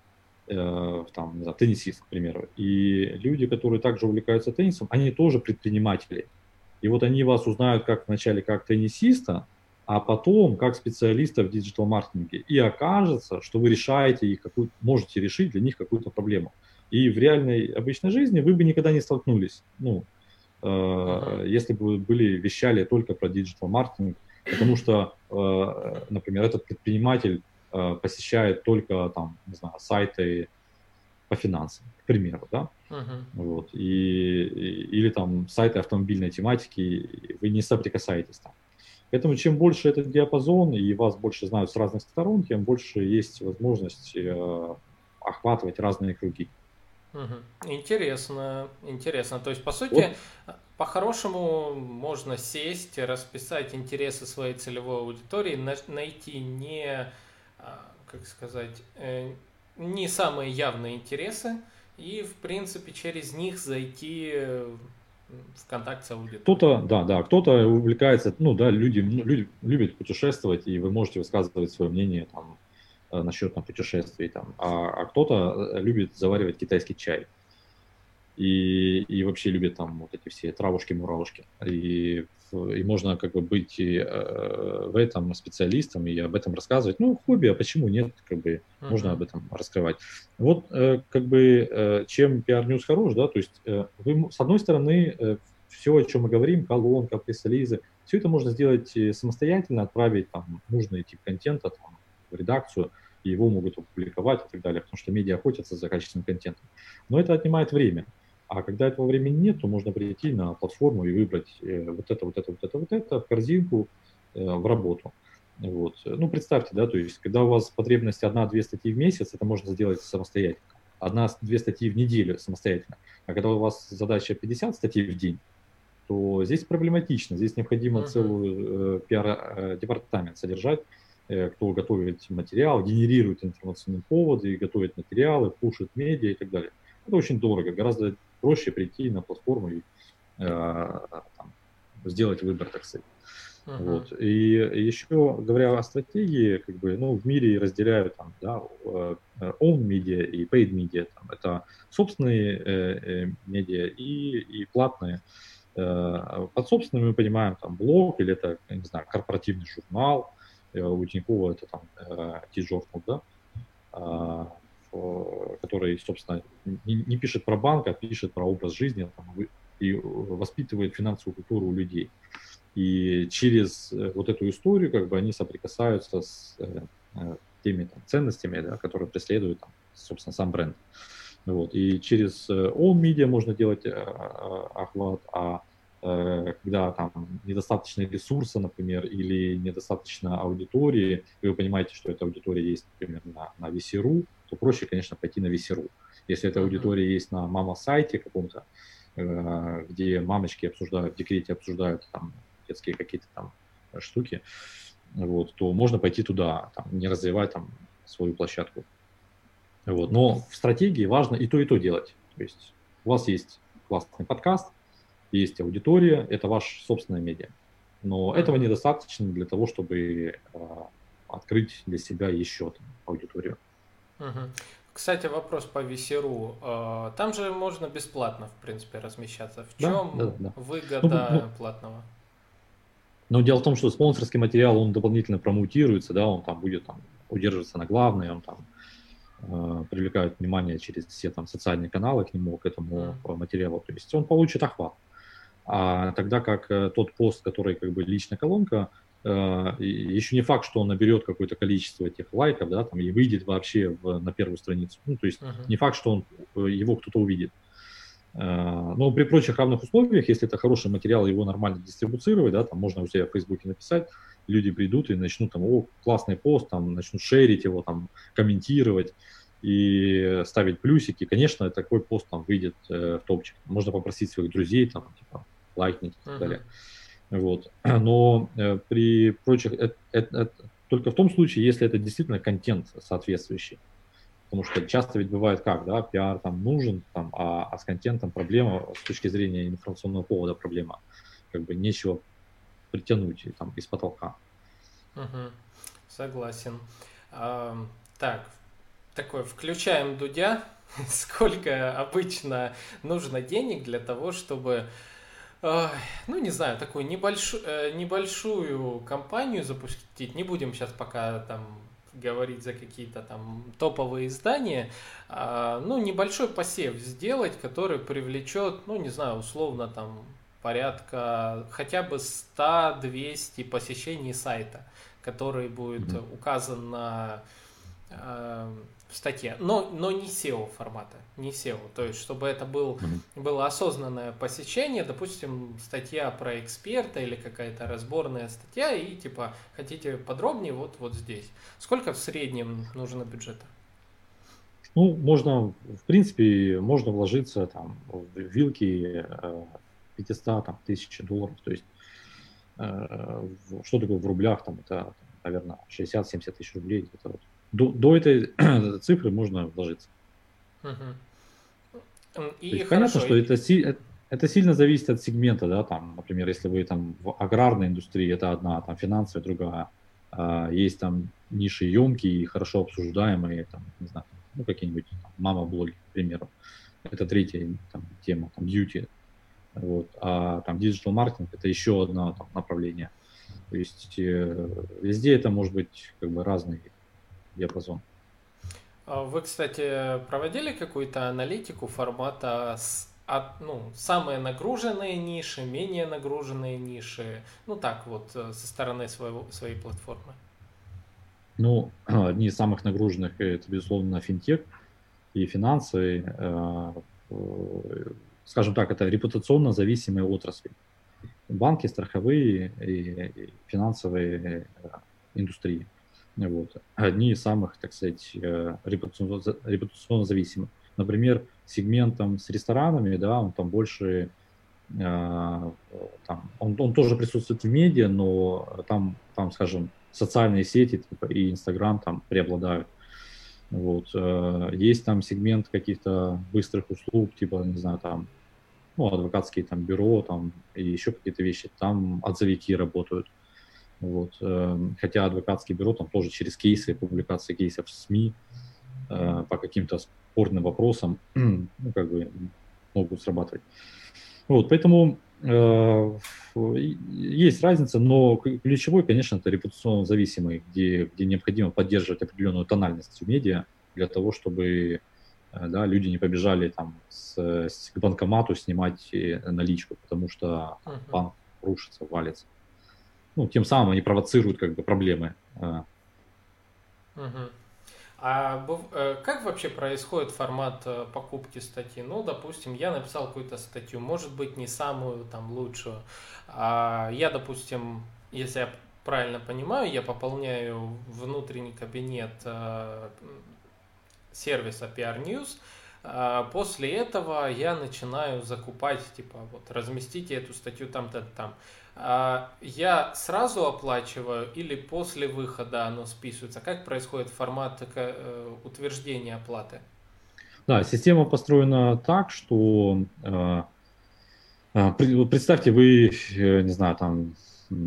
э, там, не знаю, теннисист, к примеру, и люди, которые также увлекаются теннисом, они тоже предприниматели. И вот они вас узнают как вначале как теннисиста, а потом как специалиста в диджитал-маркетинге. И окажется, что вы решаете их какую можете решить для них какую-то проблему. И в реальной обычной жизни вы бы никогда не столкнулись. Ну, Угу. э, если бы вы были вещали только про диджитал-маркетинг, потому что, э, например, этот предприниматель э, посещает только там, не знаю, сайты по финансам, к примеру, да, Угу. вот, и, и- или там сайты автомобильной тематики, и вы не соприкасаетесь там. Поэтому чем больше этот диапазон и вас больше знают с разных сторон, тем больше есть возможность э, охватывать разные круги. Мгм. Интересно, интересно. То есть, по сути, Вот, по-хорошему можно сесть, расписать интересы своей целевой аудитории, на- найти не, а, как сказать, э, не самые явные интересы и, в принципе, через них зайти, э, в контакт с аудиторией. Кто-то, да, да, кто-то увлекается, ну да, люди, ну, люди любят путешествовать, и вы можете высказывать свое мнение там, насчет там, путешествий, там, а, а кто-то любит заваривать китайский чай. И, и вообще любит там вот эти все травушки-муравушки. И, и можно как бы быть и, э, в этом специалистом и об этом рассказывать. Ну, хобби, а почему нет? Как бы uh-huh. можно об этом раскрывать. Вот э, как бы э, чем пи ар News хорош, да, то есть э, вы, с одной стороны, э, все, о чем мы говорим, колонка, пресс-релизы, все это можно сделать самостоятельно, отправить там нужный тип контента там, в редакцию, и его могут опубликовать и так далее, потому что медиа охотятся за качественным контентом. Но это отнимает время. А когда этого времени нет, то можно прийти на платформу и выбрать э, вот это, вот это, вот это, вот это в корзинку, э, в работу. Вот. Ну, представьте, да, то есть, когда у вас потребность одна-две статьи в месяц, это можно сделать самостоятельно. Одна-две статьи в неделю самостоятельно. А когда у вас задача пятьдесят статей в день, то здесь проблематично. Здесь необходимо uh-huh. целый э, пиар-департамент содержать, э, кто готовит материал, генерирует информационные поводы, готовит материалы, пушит медиа и так далее. Это очень дорого. Гораздо проще прийти на платформу и э, там, сделать выбор, так сказать. Uh-huh. Вот. И еще говоря о стратегии, как бы, ну, в мире разделяют там, да, own media и paid media. Там, это собственные э, э, медиа и, и платные. Э, под собственными мы понимаем там блог или это, не знаю, корпоративный журнал. Э, у Тинькова это там э, T-Journal, да. Э, который, собственно, не, не пишет про банк, а пишет про образ жизни там, и воспитывает финансовую культуру у людей. И через вот эту историю как бы они соприкасаются с э, теми там, ценностями, да, которые преследует, там, собственно, сам бренд. Вот. И через own media можно делать э, охват, а э, когда там недостаточно ресурса, например, или недостаточно аудитории, и вы понимаете, что эта аудитория есть, например, на, на ви си точка ру, то проще, конечно, пойти на ви си точка ру. Если эта аудитория есть на мама-сайте каком-то, э, где мамочки обсуждают, в декрете обсуждают там, детские какие-то там штуки, вот, то можно пойти туда, там, не развивать там, свою площадку. Вот. Но в стратегии важно и то, и то делать. То есть у вас есть классный подкаст, есть аудитория, это ваш собственное медиа. Но mm-hmm. этого недостаточно для того, чтобы э, открыть для себя еще там, аудиторию. Mm-hmm. Кстати, вопрос по ви си точка ру. Там же можно бесплатно, в принципе, размещаться. В чем да, да, да. выгода ну, ну, платного? Но дело в том, что спонсорский материал, он дополнительно промоутируется, да, он там будет там, удерживаться на главной, он там э, привлекает внимание через все там социальные каналы к нему, к этому mm. материалу. То есть он получит охват. А тогда как э, тот пост, который как бы личная колонка, э, еще не факт, что он наберет какое-то количество этих лайков, да, там, и выйдет вообще в, на первую страницу. Ну, то есть uh-huh. не факт, что он, его кто-то увидит. Но при прочих равных условиях, если это хороший материал, его нормально дистрибуцировать, да, там можно у себя в Фейсбуке написать, люди придут и начнут там, о, классный пост, там, начнут шерить его, там, комментировать и ставить плюсики. Конечно, такой пост там выйдет э, в топчик. Можно попросить своих друзей, там, типа, лайкнуть и так далее. Uh-huh. Вот. Но э, при прочих, это, это, это только в том случае, если это действительно контент соответствующий. Потому что часто ведь бывает как, да, пиар там нужен, там, а, а с контентом проблема, с точки зрения информационного повода проблема. Как бы нечего притянуть там, из потолка. Угу. Согласен. А, так, такой, включаем Дудя. Сколько обычно нужно денег для того, чтобы, ну, не знаю, такую небольшую, небольшую компанию запустить. Не будем сейчас пока там говорить за какие-то там топовые издания, а, ну, небольшой посев сделать, который привлечет, ну, не знаю, условно там порядка хотя бы сто-двести посещений сайта, который будет mm-hmm. указан на э, в статье, но, но не сео формата, не сео, то есть чтобы это был, mm-hmm. было осознанное посещение, допустим, статья про эксперта или какая-то разборная статья, и типа хотите подробнее, вот, вот здесь. Сколько в среднем нужно бюджета? Ну, можно, в принципе, можно вложиться там в вилки э, пятьсот там, тысяч долларов, то есть э, что такое в рублях, там это, наверное, шестьдесят-семьдесят тысяч рублей, где-то вот. До, до этой цифры можно вложиться. Угу. И понятно, что это, Это сильно зависит от сегмента, да, там, например, если вы там в аграрной индустрии, это одна, там, финансовая другая. А, есть там ниши емкие и хорошо обсуждаемые, там, не знаю, ну, какие-нибудь там, мама-блоги, к примеру. Это третья там, тема, там, бьюти. Вот. А там диджитал-маркетинг – это еще одно там, направление. То есть э, везде это может быть как бы разный диапазон. Вы, кстати, проводили какую-то аналитику формата с, от, ну, самые нагруженные ниши, менее нагруженные ниши, ну так вот, со стороны своего, своей платформы? Ну, одни из самых нагруженных – это, безусловно, финтех и финансы. Скажем так, это репутационно зависимые отрасли. Банки, страховые и финансовые индустрии. Вот. Одни из самых, так сказать, репутационно, репутационно зависимых. Например, сегментом с ресторанами, да, он там больше, там, он, он тоже присутствует в медиа, но там, там, скажем, социальные сети типа, и Инстаграм там преобладают. Вот. Есть там сегмент каких-то быстрых услуг, типа, не знаю, там, ну, адвокатские там бюро там и еще какие-то вещи, там отзывики работают. Вот. Хотя адвокатские бюро там тоже через кейсы, публикации кейсов в СМИ по каким-то спорным вопросам, ну, как бы могут срабатывать. Вот, поэтому э, есть разница, но ключевой, конечно, это репутационно зависимый, где, где необходимо поддерживать определенную тональность в медиа для того, чтобы да, люди не побежали там с, с, к банкомату снимать наличку, потому что там, uh-huh. банк рушится, валится. Ну, тем самым они провоцируют как бы проблемы. Uh-huh. А как вообще происходит формат покупки статьи? Ну, допустим, я написал какую-то статью, может быть, не самую там лучшую. А я, допустим, если я правильно понимаю, я пополняю внутренний кабинет сервиса пи ар News. После этого я начинаю закупать, типа, вот, разместите эту статью там-то там. Я сразу оплачиваю или после выхода оно списывается? Как происходит формат утверждения оплаты? Да, система построена так, что представьте, вы, не знаю, там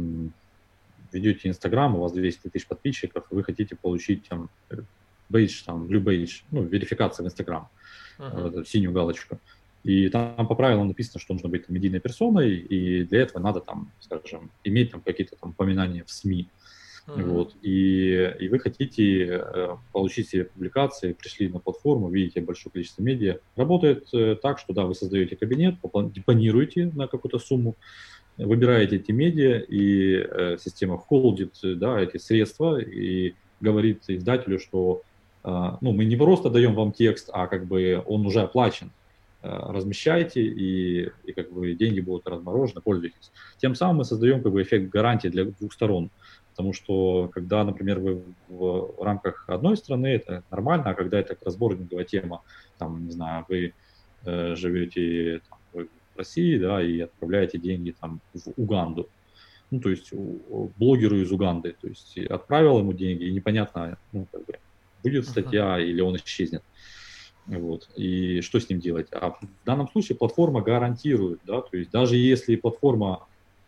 ведете Инстаграм, у вас двести тысяч подписчиков, вы хотите получить там бейдж, там, blue badge, ну, верификация в Инстаграм, uh-huh. синюю галочку. И там по правилам написано, что нужно быть там, медийной персоной, и для этого надо, там, скажем, иметь там какие-то там упоминания в СМИ. Uh-huh. Вот. И, и вы хотите э, получить себе публикации, пришли на платформу, видите большое количество медиа. Работает э, так, что да, вы создаете кабинет, депонируете на какую-то сумму, выбираете эти медиа, и э, система холдит да, эти средства и говорит издателю, что ну, мы не просто даем вам текст, а как бы он уже оплачен. Размещайте, и, и как бы деньги будут разморожены, пользуйтесь. Тем самым мы создаем как бы эффект гарантии для двух сторон. Потому что, когда, например, вы в рамках одной страны, это нормально, а когда это разборниковая тема, там, не знаю, вы э, живете там, вы в России, да, и отправляете деньги там в Уганду, ну, то есть блогеру из Уганды, то есть отправил ему деньги, и непонятно, ну, как бы, будет статья uh-huh. или он исчезнет. Вот. И что с ним делать? А в данном случае платформа гарантирует, да, то есть даже если платформа,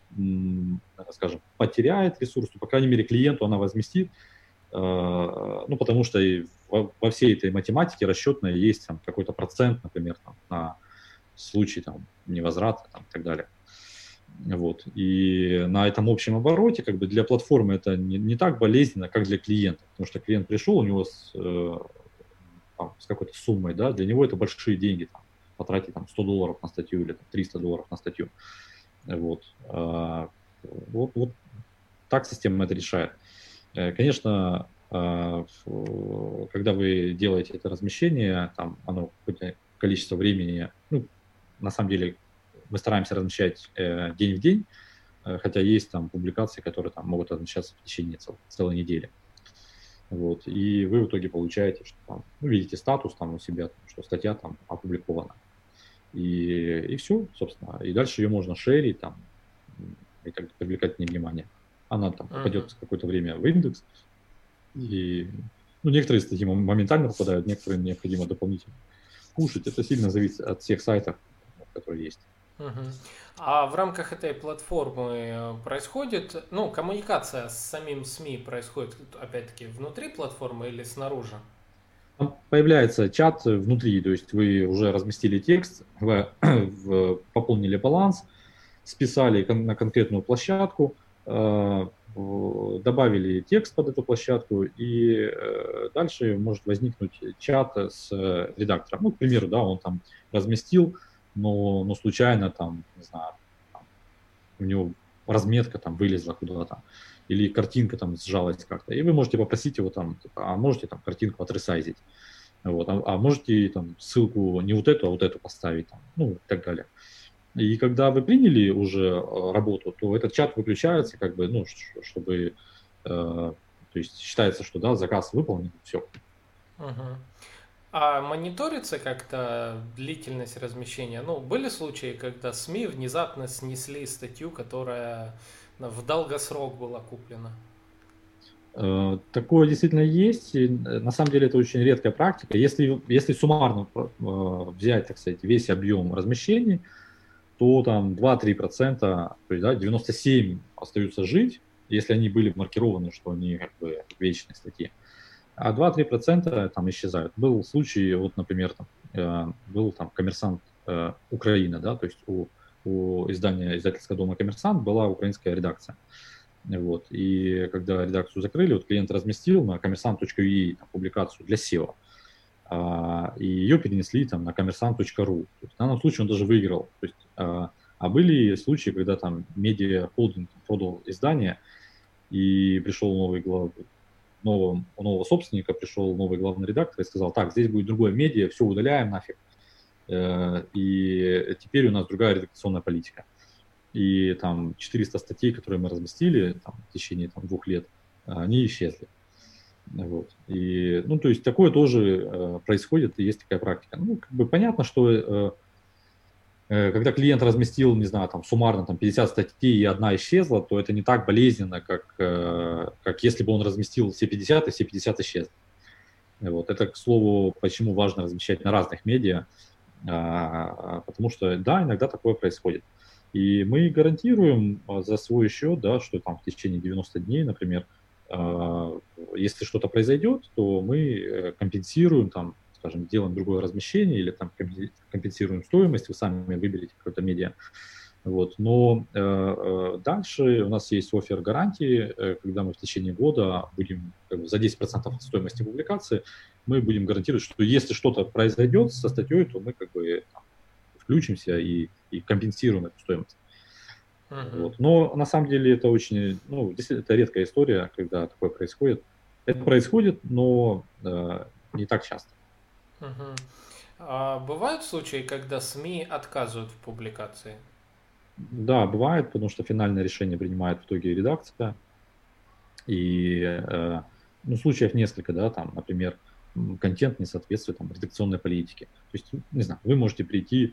м, скажем, потеряет ресурс, то, по крайней мере, клиенту она возместит, э, ну, потому что и во, во всей этой математике расчетной есть там, какой-то процент, например, там, на случай там, невозврата там, и так далее. Вот. И на этом общем обороте как бы для платформы это не, не так болезненно, как для клиента. Потому что клиент пришел, у него с, э, там, с какой-то суммой, да, для него это большие деньги. Там, потратить там, сто долларов на статью или там, триста долларов на статью. Вот. А, вот, вот так система это решает. Конечно, а, когда вы делаете это размещение, там оно какое-то количество времени, ну, на самом деле, мы стараемся размещать э, день в день, э, хотя есть там публикации, которые там могут размещаться в течение цел, целой недели. Вот. И вы в итоге получаете, что там, ну, видите статус там у себя, что статья там опубликована. И, и все, собственно. И дальше ее можно шерить там, и как-то привлекать к ней внимание. Она там попадет uh-huh. какое-то время в индекс. И ну, некоторые статьи моментально попадают, некоторые необходимо дополнительно кушать. Это сильно зависит от всех сайтов, которые есть. Мгм. А в рамках этой платформы э, происходит, ну, коммуникация с самим СМИ происходит, опять-таки, внутри платформы или снаружи? Там появляется чат внутри, то есть вы уже разместили текст, вы в- пополнили баланс, списали кон- на конкретную площадку, э, в- добавили текст под эту площадку, и э, дальше может возникнуть чат с э, редактором. Ну, к примеру, да, он там разместил, но, но случайно там, не знаю, там, у него разметка там вылезла куда-то, или картинка там сжалась как-то, и вы можете попросить его там, типа, а можете там картинку отресайзить, вот, а, а можете там ссылку не вот эту, а вот эту поставить, там, ну, и так далее. И когда вы приняли уже э, работу, то этот чат выключается, как бы, ну, ш- чтобы, э, то есть считается, что, да, заказ выполнен, все. Мгм. А мониторится как-то длительность размещения? Ну, были случаи, когда СМИ внезапно снесли статью, которая ну, в долгосрок была куплена? Э, Такое действительно есть. И, э, на самом деле это очень редкая практика. Если, если суммарно э, взять, так сказать, весь объем размещений, то там два-три процента, то есть да, девяносто семь процентов остаются жить, если они были маркированы, что они как бы вечные статьи. А два-три процента там исчезают. Был случай, вот, например, там, э, был там «Коммерсант» э, Украина, да, то есть у, у издания издательского дома «Коммерсант» была украинская редакция. Вот. И когда редакцию закрыли, вот клиент разместил на коммерсант точка ю а публикацию для сео, а, и ее перенесли там на коммерсант точка ру. То есть в данном случае он даже выиграл. То есть, а, а были случаи, когда там медиа-холдинг продал издание, и пришел новый глав, нового, у нового собственника пришел новый главный редактор и сказал: так, здесь будет другое медиа, все удаляем нафиг, э, и теперь у нас другая редакционная политика. И там четыреста статей, которые мы разместили там, в течение там, двух лет, они исчезли. Вот. И, ну, то есть такое тоже э, происходит, и есть такая практика. Ну, как бы понятно, что э, э, когда клиент разместил, не знаю, там суммарно там, пятьдесят статей и одна исчезла, то это не так болезненно, как, э, как если бы он разместил все пятьдесят, и все пятьдесят исчезли. Вот. Это, к слову, почему важно размещать на разных медиа, а, потому что, да, иногда такое происходит. И мы гарантируем а, за свой счет, да, что там в течение девяноста дней, например, а, если что-то произойдет, то мы э, компенсируем, там, скажем, делаем другое размещение или там компенсируем стоимость, вы сами выберете какое-то медиа. Вот. Но э, э, дальше у нас есть оффер гарантии, э, когда мы в течение года будем как бы, за десять процентов от стоимости публикации мы будем гарантировать, что если что-то произойдет со статьей, то мы как бы там, включимся и, и компенсируем эту стоимость. Мгм. Вот. Но на самом деле это очень, ну, действительно, это редкая история, когда такое происходит. Это происходит, но э, не так часто. Мгм. А бывают случаи, когда СМИ отказывают в публикации? Да, бывает, потому что финальное решение принимает в итоге редакция. И э, ну, случаев несколько, да, там, например, м, контент не соответствует там, редакционной политике. То есть, не знаю, вы можете прийти,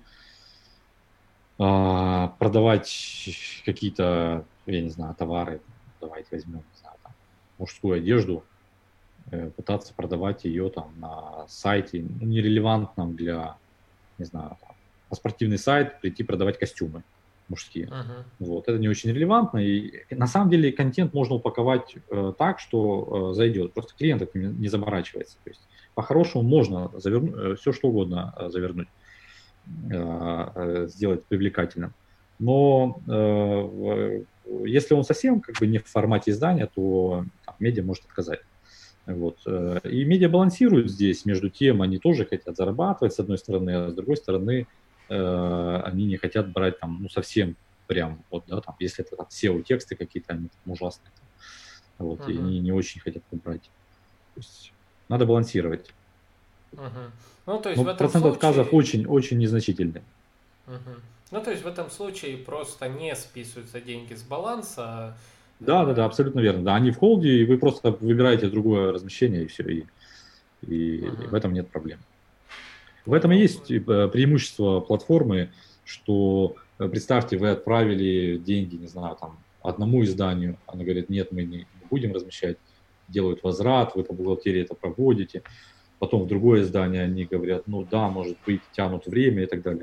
а, продавать какие-то, я не знаю, товары, давайте возьмем, не знаю, там, мужскую одежду, э, пытаться продавать ее там на сайте, ну, нерелевантном для, не знаю, там, на спортивный сайт прийти продавать костюмы мужские. Мгм. Вот, это не очень релевантно. И на самом деле контент можно упаковать э, так, что э, зайдет. Просто клиент этим не, не заморачивается. То есть по-хорошему можно заверну, э, все что угодно э, завернуть, э, э, сделать привлекательным. Но э, в- если он совсем как бы не в формате издания, то там, медиа может отказать. Вот. э, И медиа балансируют здесь, между тем, они тоже хотят зарабатывать, с одной стороны, а с другой стороны, э, они не хотят брать там, ну, совсем прям, вот, да, там, если это там сео-тексты какие-то, они там ужасные, там, вот, и Мгм. они не очень хотят брать. То есть надо балансировать. Мгм. Ну, то есть Но в этом процент отказов случае... очень-очень незначительный. Мгм. Ну, то есть в этом случае просто не списываются деньги с баланса. Да, да, да, э, абсолютно верно. Да, они в холде, и вы просто выбираете другое размещение, и все, и, и в Мгм. этом нет проблем. В этом и Понял. есть э, преимущество платформы, что э, представьте, вы отправили деньги, не знаю, там, одному изданию, она говорит: нет, мы не, не будем размещать, делают возврат, вы по бухгалтерии это проводите, потом в другое издание они говорят: ну да, может быть, тянут время и так далее.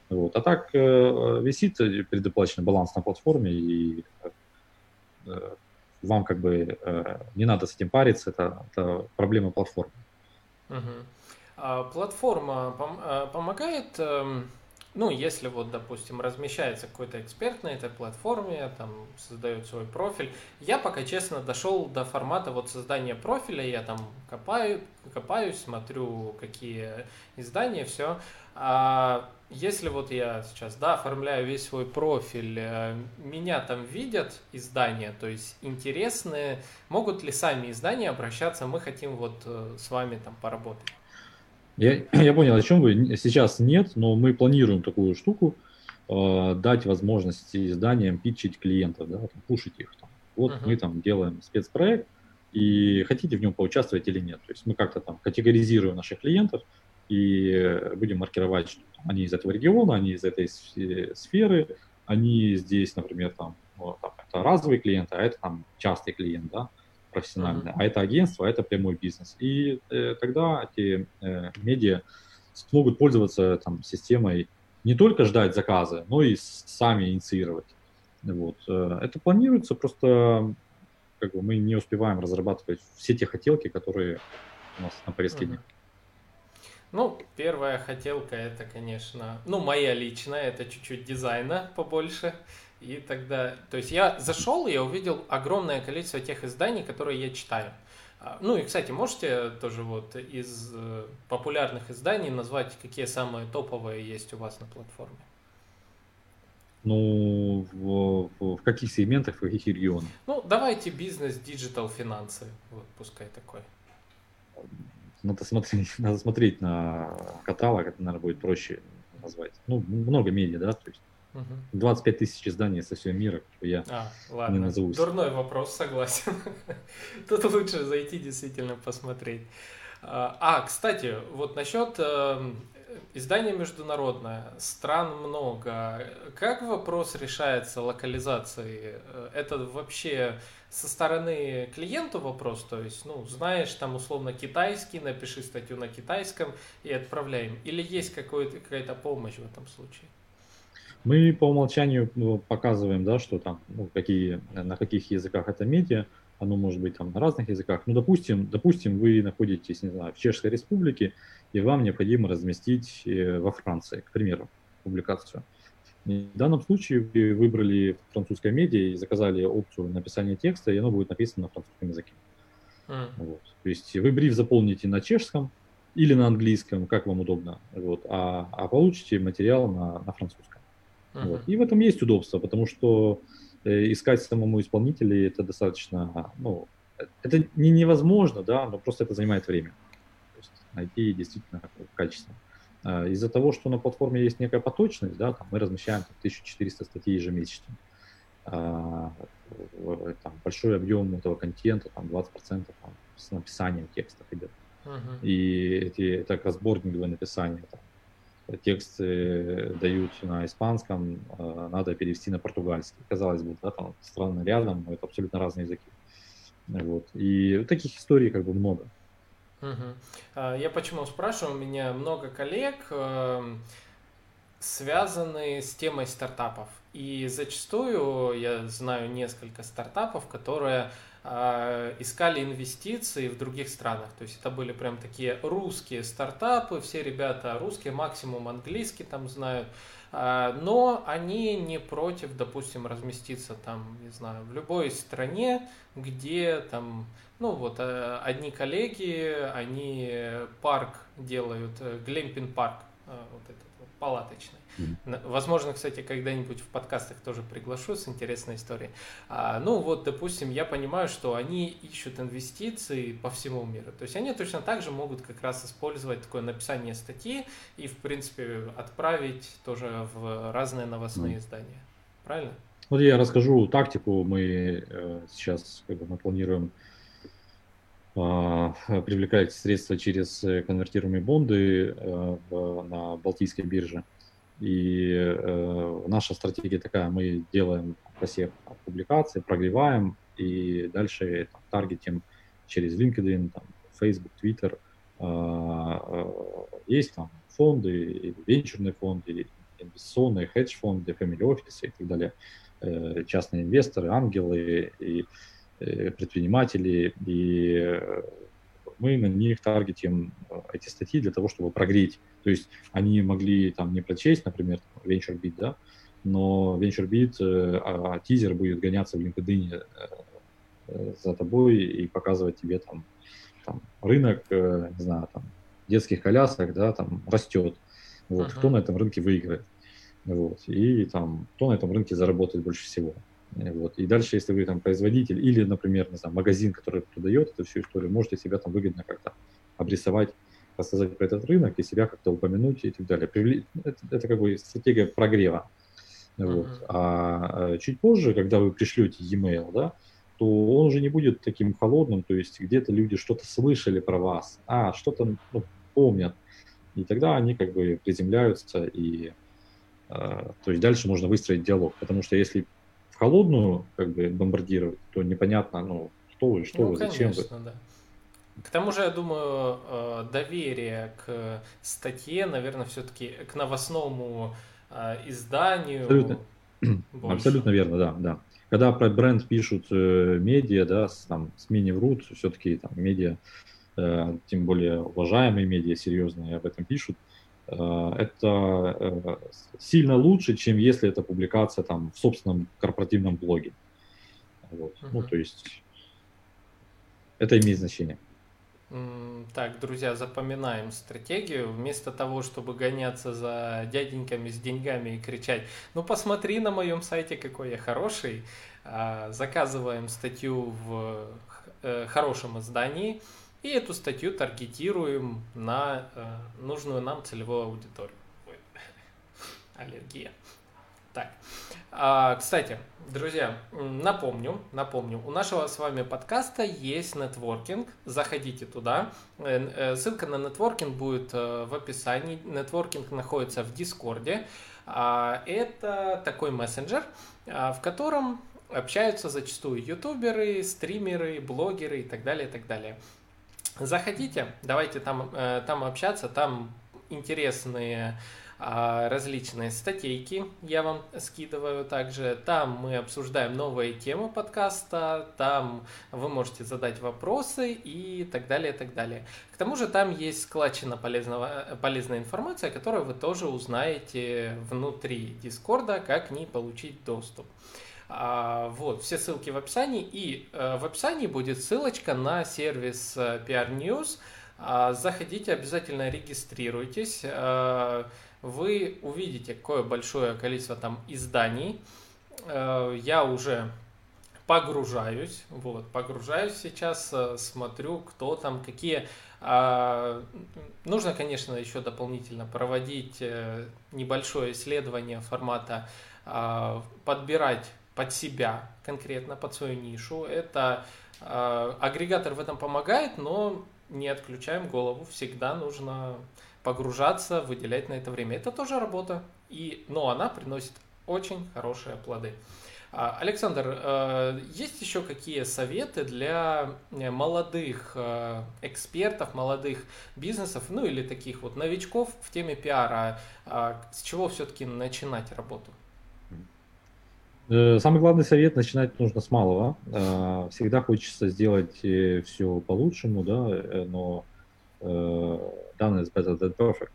Вот. А так э, висит предоплаченный баланс на платформе, и э, вам как бы э, не надо с этим париться, это, это проблема платформы. Мгм. А платформа пом- а, помогает, эм, ну, если вот, допустим, размещается какой-то эксперт на этой платформе, там создает свой профиль. Я пока, честно, дошел до формата вот создания профиля, я там копаю, копаюсь, смотрю, какие издания, все. А если вот я сейчас, да, оформляю весь свой профиль, э, меня там видят издания, то есть интересные, могут ли сами издания обращаться, мы хотим вот э, с вами там поработать? Я, я понял, о чем вы. Сейчас нет, но мы планируем такую штуку, э, дать возможность изданиям питчить клиентов, да, там, пушить их. Там. Вот мы Мгм. там делаем спецпроект, и хотите в нем поучаствовать или нет. То есть мы как-то там категоризируем наших клиентов и будем маркировать, что там, они из этого региона, они из этой сферы, они здесь, например, там, вот, там это разовый клиент, а это там частый клиент, да, Мгм. профессиональное, а это агентство, а это прямой бизнес. И э, тогда эти э, медиа смогут пользоваться там, системой, не только ждать заказы, но и сами инициировать. Вот. Э, Это планируется, просто как бы, мы не успеваем разрабатывать все те хотелки, которые у нас на повестке дня. Мгм. Ну, первая хотелка это, конечно, ну, моя личная, это чуть-чуть дизайна побольше. И тогда, то есть я зашел, я увидел огромное количество тех изданий, которые я читаю. А, Ну и, кстати, можете тоже вот из э, популярных изданий назвать, какие самые топовые есть у вас на платформе? Ну, в, в, в каких сегментах, в каких регионах? Ну, давайте бизнес, диджитал, финансы. Вот, пускай такой. Надо смотреть, надо смотреть на каталог, это, наверное, будет проще назвать. Ну, много медиа, да, то есть Мгм. двадцать пять тысяч изданий со всего мира, как бы я А, не ладно. назову. Дурной вопрос, согласен. Тут лучше зайти действительно посмотреть. А, а, кстати, вот насчет э, издания международное, стран много. Как вопрос решается локализации? Э, Это вообще со стороны клиента вопрос, то есть, ну, знаешь, там условно китайский, напиши статью на китайском и отправляем. Или есть какой-то, какая-то помощь в этом случае? Мы по умолчанию ну, показываем, да, что там, ну, какие, на каких языках это медиа, оно может быть там на разных языках. Ну, допустим, допустим, вы находитесь, не знаю, в Чешской Республике, и вам необходимо разместить э, во Франции, к примеру, публикацию. И в данном случае вы выбрали французское медиа и заказали опцию написания текста, и оно будет написано на французском языке. М, Вот. То есть вы бриф заполните на чешском или на английском, как вам удобно, вот, а, а получите материал на, на французском. Вот. мгм, И в этом есть удобство, потому что э, искать самому исполнителя это достаточно, ну, э, это не невозможно, да, но просто это занимает время. То есть найти действительно качественно. А, Из-за того, что на платформе есть некая поточность, да, там мы размещаем там, тысячу четыреста статей ежемесячно. А, в- там, большой объем этого контента, там двадцать процентов там, с написанием текстов идет. мгм. И эти, это как раз бординговое написание. Там, тексты дают на испанском, а, надо перевести на португальский. Казалось бы, да, там страны рядом, но это абсолютно разные языки. Вот. И таких историй как бы много. Мгм. А, Я почему спрашиваю? У меня много коллег, эм, связанные с темой стартапов. И зачастую я знаю несколько стартапов, которые а, искали инвестиции в других странах. То есть это были прям такие русские стартапы, все ребята русские, максимум английский там знают. А, но они не против, допустим, разместиться там, не знаю, в любой стране, где там, ну вот, э, одни коллеги, они парк делают, э, глэмпинг парк, э, вот этот вот, палаточный. Мгм. На- Возможно, кстати, когда-нибудь в подкастах тоже приглашу с интересной историей. А, ну вот, допустим, я понимаю, что они ищут инвестиции по всему миру. То есть они точно так же могут как раз использовать такое написание статьи и, в принципе, отправить тоже в разные новостные Ну. издания. Правильно? Вот я расскажу тактику. Мы э, сейчас как бы, мы планируем а, привлекать средства через э, конвертируемые бонды э, в- на Балтийской бирже. И э, наша стратегия такая, мы делаем посев публикаций, прогреваем и дальше там, таргетим через LinkedIn, там, Facebook, Twitter. А, э, Есть там фонды, венчурные фонды, инвестиционные, хедж-фонды, фэмили-офисы и так далее, частные инвесторы, ангелы и предприниматели, и мы на них таргетим эти статьи для того, чтобы прогреть. То есть они могли там не прочесть, например, VentureBeat, да, но VentureBeat, а тизер будет гоняться в LinkedIn за тобой и показывать тебе там, там рынок, не знаю, там детских колясок, да, там растет. Вот, uh-huh. Кто на этом рынке выиграет. Вот, и там, кто на этом рынке заработает больше всего. Вот. И дальше, если вы там производитель или, например, не знаю, магазин, который продает эту всю историю, можете себя там выгодно как-то обрисовать, рассказать про этот рынок и себя как-то упомянуть и так далее. Привли... Это, это как бы стратегия прогрева. Uh-huh. Вот. А чуть позже, когда вы пришлете e-mail, да, то он уже не будет таким холодным, то есть где-то люди что-то слышали про вас, а что-то ну, помнят. И тогда они как бы приземляются, и э, то есть дальше можно выстроить диалог. Потому что если в холодную как бы бомбардировать, то непонятно, ну, кто вы, что ну, вы, конечно, зачем вы. Да. К тому же, я думаю, доверие к статье, наверное, все-таки к новостному изданию. Абсолютно, абсолютно верно, да, да. Когда про бренд пишут э, медиа, да, с, там, СМИ не врут, все-таки там медиа, э, тем более уважаемые медиа, серьезные об этом пишут, э, это э, сильно лучше, чем если это публикация там в собственном корпоративном блоге. Вот. Uh-huh. Ну, то есть это имеет значение. Так, друзья, запоминаем стратегию. Вместо того, чтобы гоняться за дяденьками с деньгами и кричать: ну посмотри на моем сайте, какой я хороший, заказываем статью в хорошем издании и эту статью таргетируем на нужную нам целевую аудиторию. Ой. Аллергия. Так, а, кстати, друзья, напомню, напомню, у нашего с вами подкаста есть нетворкинг, заходите туда, ссылка на нетворкинг будет в описании, нетворкинг находится в Дискорде, это такой мессенджер, в котором общаются зачастую ютуберы, стримеры, блогеры и так далее, и так далее. Заходите, давайте там, там общаться, там интересные различные статейки я вам скидываю также. Там мы обсуждаем новые темы подкаста, там вы можете задать вопросы и так далее, и так далее. К тому же там есть складчина полезного, полезная информация, которую вы тоже узнаете внутри Дискорда, как к ней получить доступ. Вот, все ссылки в описании, и в описании будет ссылочка на сервис пи ар News. Заходите, обязательно регистрируйтесь. Вы увидите, какое большое количество там изданий. Я уже погружаюсь, вот, погружаюсь сейчас, смотрю, кто там, какие. Нужно, конечно, еще дополнительно проводить небольшое исследование формата, подбирать под себя, конкретно под свою нишу. Это агрегатор в этом помогает, но не отключаем голову, всегда нужно погружаться, выделять на это время. Это тоже работа, и, но она приносит очень хорошие плоды. Александр, есть еще какие советы для молодых экспертов, молодых бизнесов, ну или таких вот новичков в теме пиара? С чего все-таки начинать работу? Самый главный совет — начинать нужно с малого. Всегда хочется сделать все по-лучшему, да, но done is better than perfect.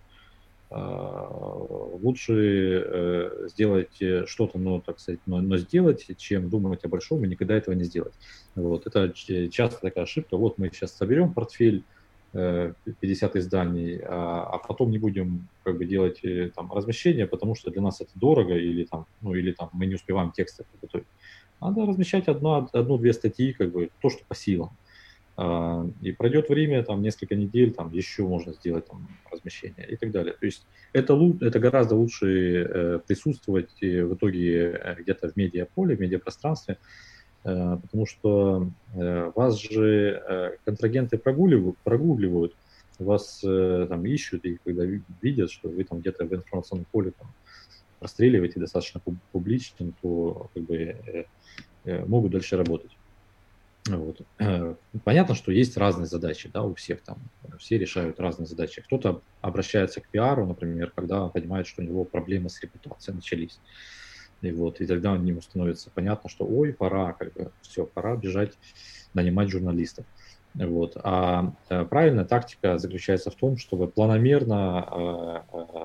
Лучше сделать что-то, но, так сказать, но, но сделать, чем думать о большом и никогда этого не сделать. Вот. Это часто такая ошибка. Вот мы сейчас соберем портфель пятьдесят изданий, а, а потом не будем как бы делать там размещение, потому что для нас это дорого, или там, ну, или там мы не успеваем тексты подготовить. Надо размещать одну, одну-две статьи, как бы то, что по силам. И пройдет время, там, несколько недель, там, еще можно сделать там, размещение и так далее. То есть это, это гораздо лучше э, присутствовать в итоге где-то в медиаполе, в медиапространстве, э, потому что э, вас же э, контрагенты прогуливают, прогуливают, вас э, там ищут, и когда видят, что вы там где-то в информационном поле там, простреливаете достаточно публично, то как бы, э, э, могут дальше работать. Вот. Понятно, что есть разные задачи, да, у всех там, все решают разные задачи. Кто-то обращается к пиару, например, когда понимает, что у него проблемы с репутацией начались. И вот, и тогда ему становится понятно, что ой, пора, как бы, все, пора бежать, нанимать журналистов. Вот. А правильная тактика заключается в том, чтобы планомерно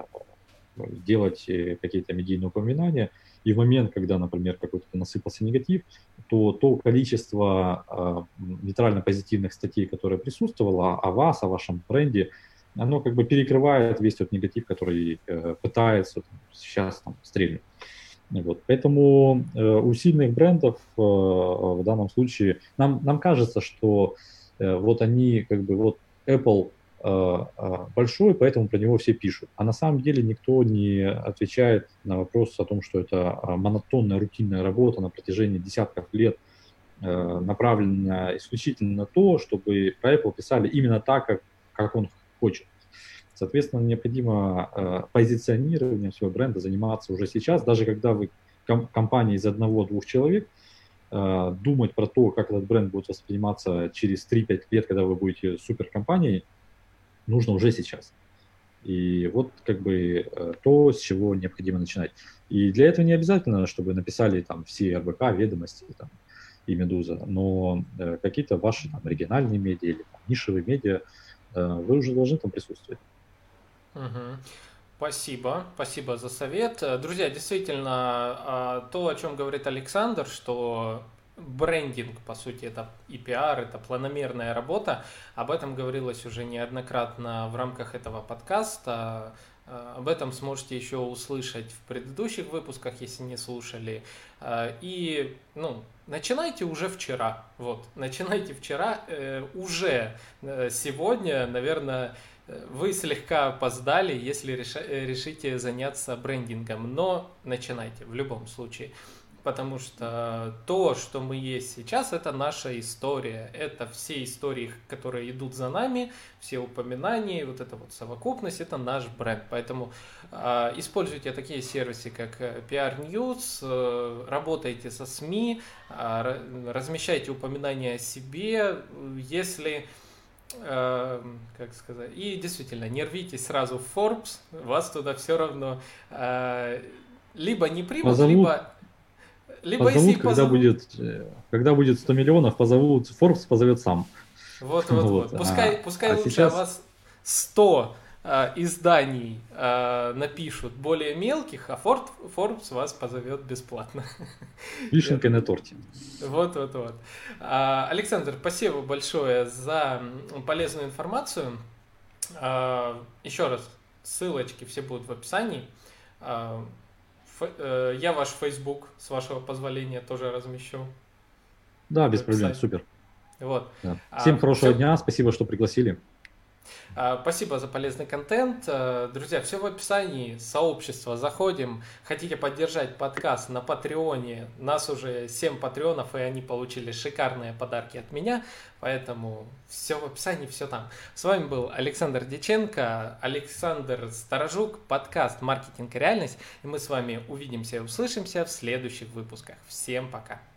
делать какие-то медийные упоминания, и в момент, когда, например, какой-то насыпался негатив, то то количество нейтрально-позитивных статей, которое присутствовало о вас, о вашем бренде, оно как бы перекрывает весь тот негатив, который пытается там, сейчас там, стрельнуть. Вот. Поэтому э, у сильных брендов э, в данном случае нам, нам кажется, что э, вот они как бы вот Apple э, э, большой, поэтому про него все пишут. А на самом деле никто не отвечает на вопрос о том, что это монотонная, рутинная работа на протяжении десятков лет, э, направленная исключительно на то, чтобы про Apple писали именно так, как, как он хочет. Соответственно, необходимо э, позиционированием своего бренда заниматься уже сейчас, даже когда вы ком- компания из одного-двух человек, э, думать про то, как этот бренд будет восприниматься через три-пять лет, когда вы будете суперкомпанией, нужно уже сейчас. И вот как бы э, то, с чего необходимо начинать. И для этого не обязательно, чтобы написали там все эр бэ ка, ведомости там, и Медуза, но э, какие-то ваши там, региональные медиа или там, нишевые медиа, э, вы уже должны там присутствовать. Угу. Спасибо, спасибо за совет. Друзья, действительно, то, о чем говорит Александр, что брендинг, по сути, это и пиар, это планомерная работа, об этом говорилось уже неоднократно в рамках этого подкаста. Об этом сможете еще услышать в предыдущих выпусках, если не слушали. И, ну, начинайте уже вчера. Вот, начинайте вчера, уже сегодня, наверное, вы слегка опоздали, если решите заняться брендингом, но начинайте в любом случае, потому что то, что мы есть сейчас, это наша история, это все истории, которые идут за нами, все упоминания, вот эта вот совокупность, это наш бренд, поэтому э, используйте такие сервисы, как пи ар News, э, работайте со СМИ, э, размещайте упоминания о себе, если... как сказать, и действительно, не рвитесь сразу в Forbes, вас туда все равно э, либо не примут, Позовут, либо, либо позовут, если когда позовут... будет, когда будет сто миллионов, позовут, Forbes позовет сам. Вот, вот, вот. вот. Пускай, а, пускай а лучше сейчас... о вас сто э, изданий э, напишут более мелких, а Ford, Forbes вас позовет бесплатно. Вишенкой на торте. Вот, вот, вот. А, Александр, спасибо большое за полезную информацию. А, еще раз, ссылочки все будут в описании. А, ф, э, я ваш Facebook, с вашего позволения, тоже размещу. Да, без проблем, супер. Вот. Да. Всем а, хорошего все... дня, спасибо, что пригласили. Спасибо за полезный контент. Друзья, все в описании. Сообщество. Заходим. Хотите поддержать подкаст на Патреоне? Нас уже семь патреонов, и они получили шикарные подарки от меня. Поэтому все в описании, все там. С вами был Александр Дьяченко, Александр Сторожук, подкаст «Маркетинг и реальность». И мы с вами увидимся и услышимся в следующих выпусках. Всем пока.